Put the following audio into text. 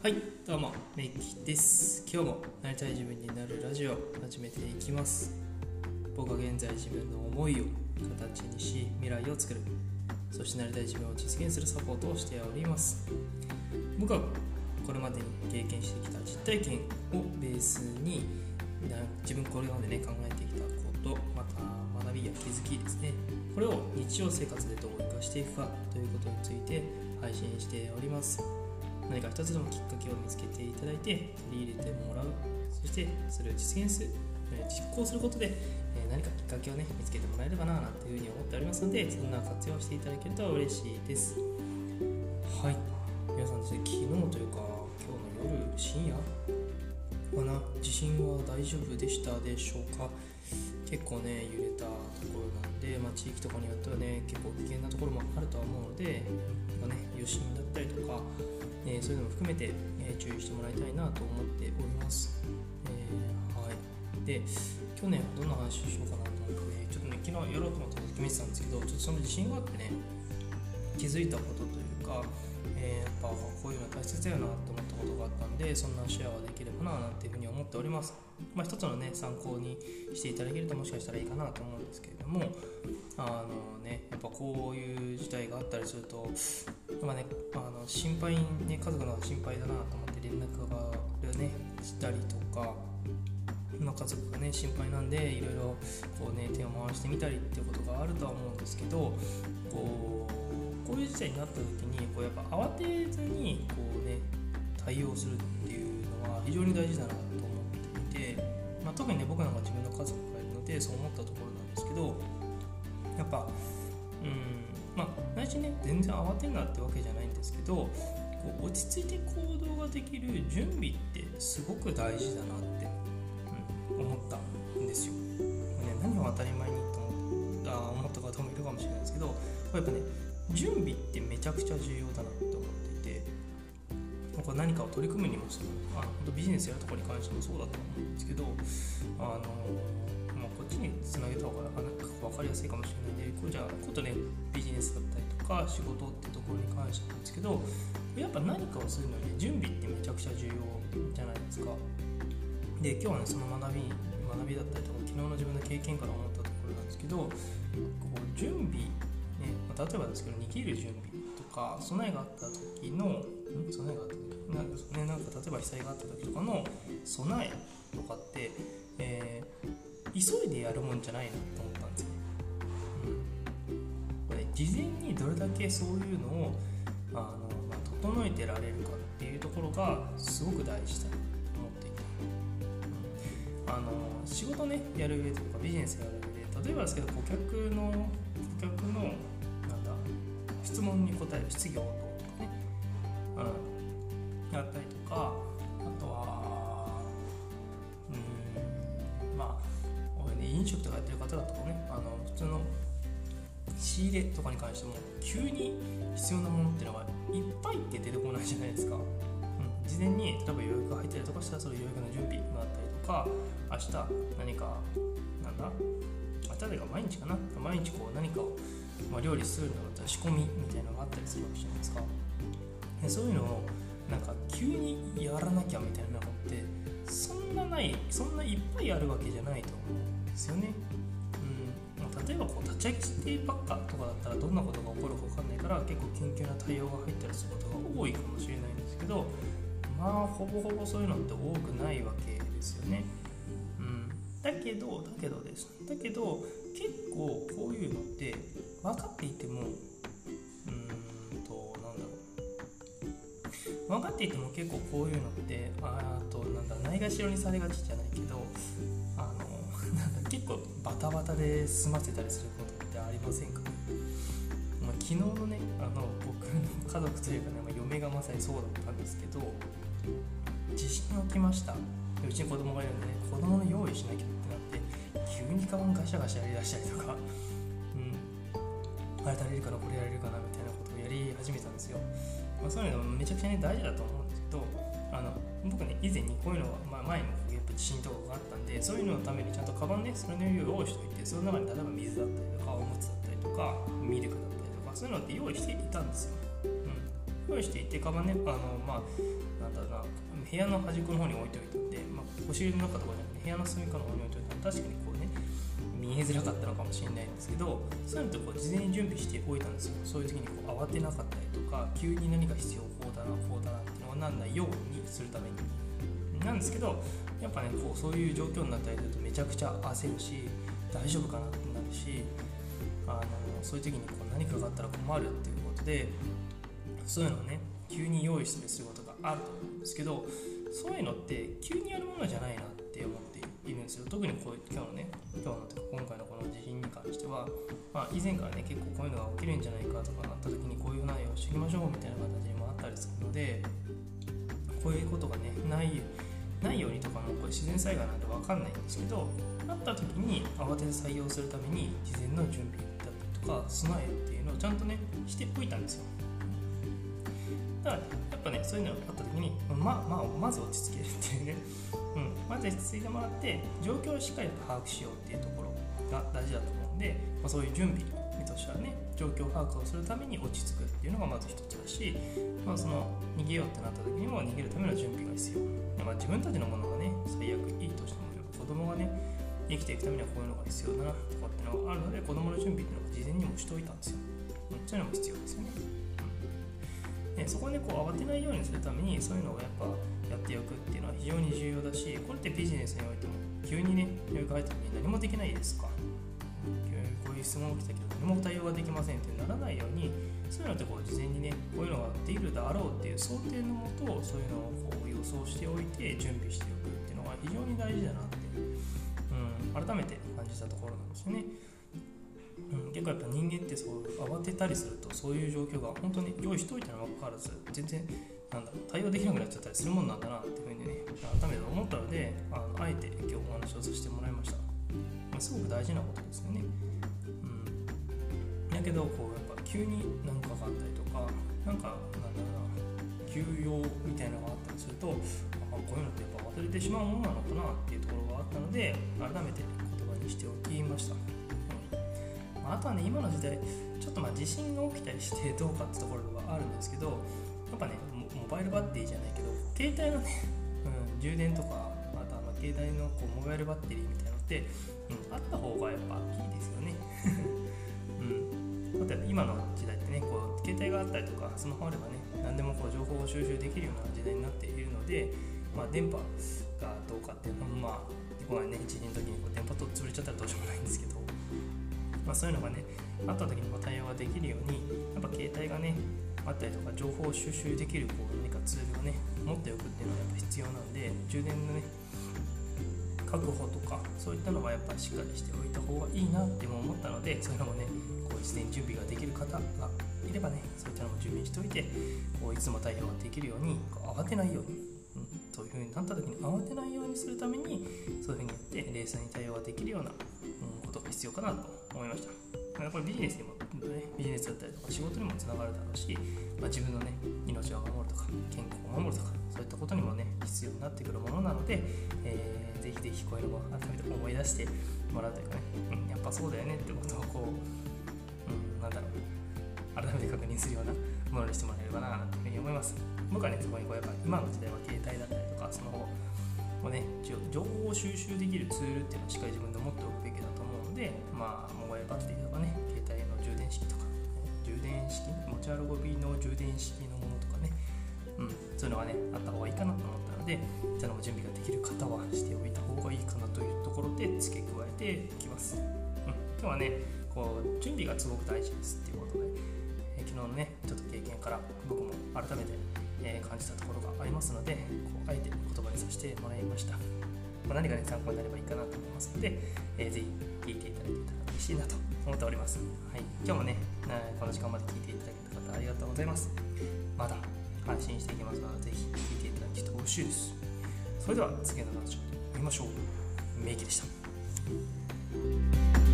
はい、どうも、メイキです。今日もなりたい自分になるラジオを始めていきます。僕は現在自分の思いを形にし、未来を作る、そしてなりたい自分を実現するサポートをしております。僕はこれまでに経験してきた実体験をベースに自分これまで考えてきたこと、また学びや気づきですね、これを日常生活でどう生かしていくかということについて配信しております。何か一つでもきっかけを見つけていただいて取り入れてもらう、そしてそれを実現する、実行することで何かきっかけを見つけてもらえればななんていうふうに思っておりますので、そんな活用していただけると嬉しいです。はい、皆さんですね、昨日というか今日の夜深夜かな、地震は大丈夫でしたでしょうか。結構揺れたところなんで、地域とかによっては結構危険なところもあるとは思うので、余震だったりとかそういうのも含めて、注意してもらいたいなと思っております。はい。で、去年はどんな話をしようかなと思って、ちょっと昨日やろうと思って決めてたんですけど、ちょっとその自信があって気づいたことというか、やっぱこういうの大切だよなと思ったことがあったんで、そんなシェアはできればななんていうふうに思っております。一つの参考にしていただけるともしかしたらいいかなと思うんですけれども、やっぱこういう事態があったりすると、心配家族の心配だなと思って連絡がしたりとか、家族が心配なんでいろいろ手を回してみたりっていうことがあるとは思うんですけど、こういう事態になった時にやっぱ慌てずに対応するっていうのは非常に大事だなと思っていて、特に僕なんか自分の家族がいるのでそう思ったところなんですけど、やっぱ内心全然慌てんなってわけじゃないんですけど、落ち着いて行動ができる準備ってすごく大事だなって、思ったんですよ。何を当たり前にと思った方もいるかもしれないですけど、やっぱ準備ってめちゃくちゃ重要だなと思っていて、何かを取り組むにもビジネスやるところに関してもそうだと思うんですけど、こっちにつなげた方が分かりやすいかもしれないので、じゃあビジネスだったりとか仕事ってところに関してなんですけど、やっぱ何かをするのに準備ってめちゃくちゃ重要じゃないですか。で、今日はその学びだったりとか昨日の自分の経験から思ったところなんですけど、準備例えばですけど逃げる準備とか備えがあった時の備えがあった時例えば被災があった時とかの備えとかって、急いでやるもんじゃないなと思ったんですよ。事前にどれだけそういうのを整えてられるかっていうところがすごく大事だと思っていて、仕事やる上とかビジネスやる上で、例えばですけど顧客の質問に答える質疑応答とかやったりとか、あとは飲食とかやってる方だとか普通の仕入れとかに関しても急に必要なものっていうのがいっぱいって出てこないじゃないですか。事前に例えば予約が入ったりとかしたら、その予約の準備があったりとか、明日何か明日というか毎日何かを料理するのだったら仕込みみたいなのがあったりするわけじゃないですか。そういうのを急にやらなきゃみたいなのってそんないっぱいあるわけじゃないと思うんですよね。例えば立ち上げしてばっかとかだったらどんなことが起こるか分かんないから、結構緊急な対応が入ったりすることが多いかもしれないんですけど、ほぼほぼそういうのって多くないわけですよね。だけど結構こういうのって分かっていても分かっていても結構こういうのってないがしろにされがちじゃないけど、結構バタバタで済ませたりすることってありませんか？昨日の僕の家族というか嫁がまさにそうだったんですけど、地震が起きました。うちに子供がいるんで子供の用意しなきゃってなって、急にカバンガシャガシャやりだしたりとか、あれ足りるかなこれやれるかなみたいなことをやり始めたんですよ。そういうのめちゃくちゃ大事だと思うんですけど、僕以前にこういうのが、前にも地震とかがあったんで、そういうののためにちゃんとカバンそれの用意しておいて、その中に例えば水だったりとかおむつだったりとかミルクだったりとか、そういうのって用意していたんですよ。 用意していて、カバンね、なんだろうな、部屋の端っこの方に置いておいたんで、腰入れの中とかじゃなくて部屋の隅っこの方に置いておいたので、確かにこうね見えづらかったのかもしれないんですけど、そういうのってこう事前に準備しておいたんですよ。そういう時にこう慌てなかったりとか、急に何か必要、こうだなっていうのがなんないようにするためになんですけど、やっぱねこうそういう状況になったりするとめちゃくちゃ焦るし、大丈夫かなってなるし、そういう時にこう何かがあったら困るっていうことで、そういうのをね急に用意することがあると思うんですけど、そういうのって急にやるものじゃないなって思っているんですよ。特に今回のこの地震に関しては、以前からね結構こういうのが起きるんじゃないかとかなった時にこういう内容をしていきましょうみたいな形にもあったりするので、こういうことがねないようにとかもこれ自然災害なんて分かんないんですけど、あった時に慌てず採用するために事前の準備だったりとか備えっていうのをちゃんとねしておいたんですよ。だからやっぱねそういうのがあった時にまず落ち着けるっていうね、まず落ち着いてもらって状況をしっかりと把握しようっていうところが大事だと思うんで、そういう準備としてはね状況把握をするために落ち着くっていうのがまず一つだし、その逃げようってなった時にも逃げるための準備が必要。自分たちのものがね最悪いいとしても子供がね生きていくためにはこういうのが必要だなとかっていうのがあるので、子供の準備っていうのを事前にもしておいたんですよ。そういうのも必要ですよね。そこでこう慌てないようにするためにそういうのをやっぱやっておくっていうのは非常に重要だし、これってビジネスにおいても急にね呼びかえた時に何もできないですか、こういう質問が来たけど何も対応ができませんってならないように、そういうのってこう事前にねこういうのができるだろうっていう想定のもと、そういうのをこう予想しておいて準備しておくっていうのが非常に大事だなって、改めて感じたところなんですよね。結構やっぱ人間ってそう慌てたりするとそういう状況が本当に用意しといたにもかかわらず全然対応できなくなっちゃったりするもんなんだなっていうふうにね改めて思ったので、あえて今日お話をさせてもらいました。すごく大事なことですよね。だけどこうやっぱ急に何かがあったりとか休養みたいなのがあったりすると、こういうのってやっぱ忘れてしまうものなのかなっていうところがあったので改めて言葉にしておきました。あとはね今の時代ちょっと地震が起きたりしてどうかってところがあるんですけど、やっぱねモバイルバッテリーじゃないけど携帯のね、充電とかあと携帯のこうモバイルバッテリーみたいなのって、あった方がやっぱいいですよね。だって今の時代ってねこう携帯があったりとかスマホあればね何でもこう情報を収集できるような時代になっているので、電波がどうかっていうのもこのね地震の時にこう電波と潰れちゃったらどうしようもないんですけど、そういうのがねあった時にも対応ができるようにやっぱ携帯がねあったりとか情報を収集できるこう何かツールをね持っておくっていうのがやっぱ必要なんで、充電のね確保とかそういったのはやっぱしっかりしておいた方がいいなっても思ったので、そういうのもねこう事前準備ができる方がいればねそういったのも準備しておいてこういつも対応ができるようにこう慌てないように、そういう風になった時に慌てないようにするためにそういう風にやって冷静に対応ができるようなことが必要かなと思いました。これビジネスにも、ビジネスだったりとか仕事にもつながるだろうし、自分のね命を守るとか健康を守るとかそういったことにもね必要になってくるものなので、ぜひぜひこういうのも改めて思い出してもらうというかね、やっぱそうだよねってことをこう、改めて確認するようなものにしてもらえればなというふうに思います。僕はねそこにこうやっぱ今の時代は携帯だったりとかスマホをね情報を収集できるツールっていうのをしっかり自分で持っておくべきだと思うので、モバイルバッテリーとかね携帯の充電式とか、充電式持ち歩びの充電式のものとかね、そういうのがねあった方がいいかなと思ったので、そういうのも準備ができる方はしておいた方がいいかなというところで付け加えていきます。今日はねこう準備がすごく大事ですっていうことで、昨日のねちょっと経験から僕も改めて、感じたところがありますので、こうあえて言葉にさせてもらいました。何かね参考になればいいかなと思いますので、ぜひ聞いていただけたら嬉しいなと思っております。今日もねこの時間まで聞いていただけた方ありがとうございます。まだ配信していきますのでぜひ聞いていただきてほしいです。それでは次のラジオで会いましょう。メイキでした。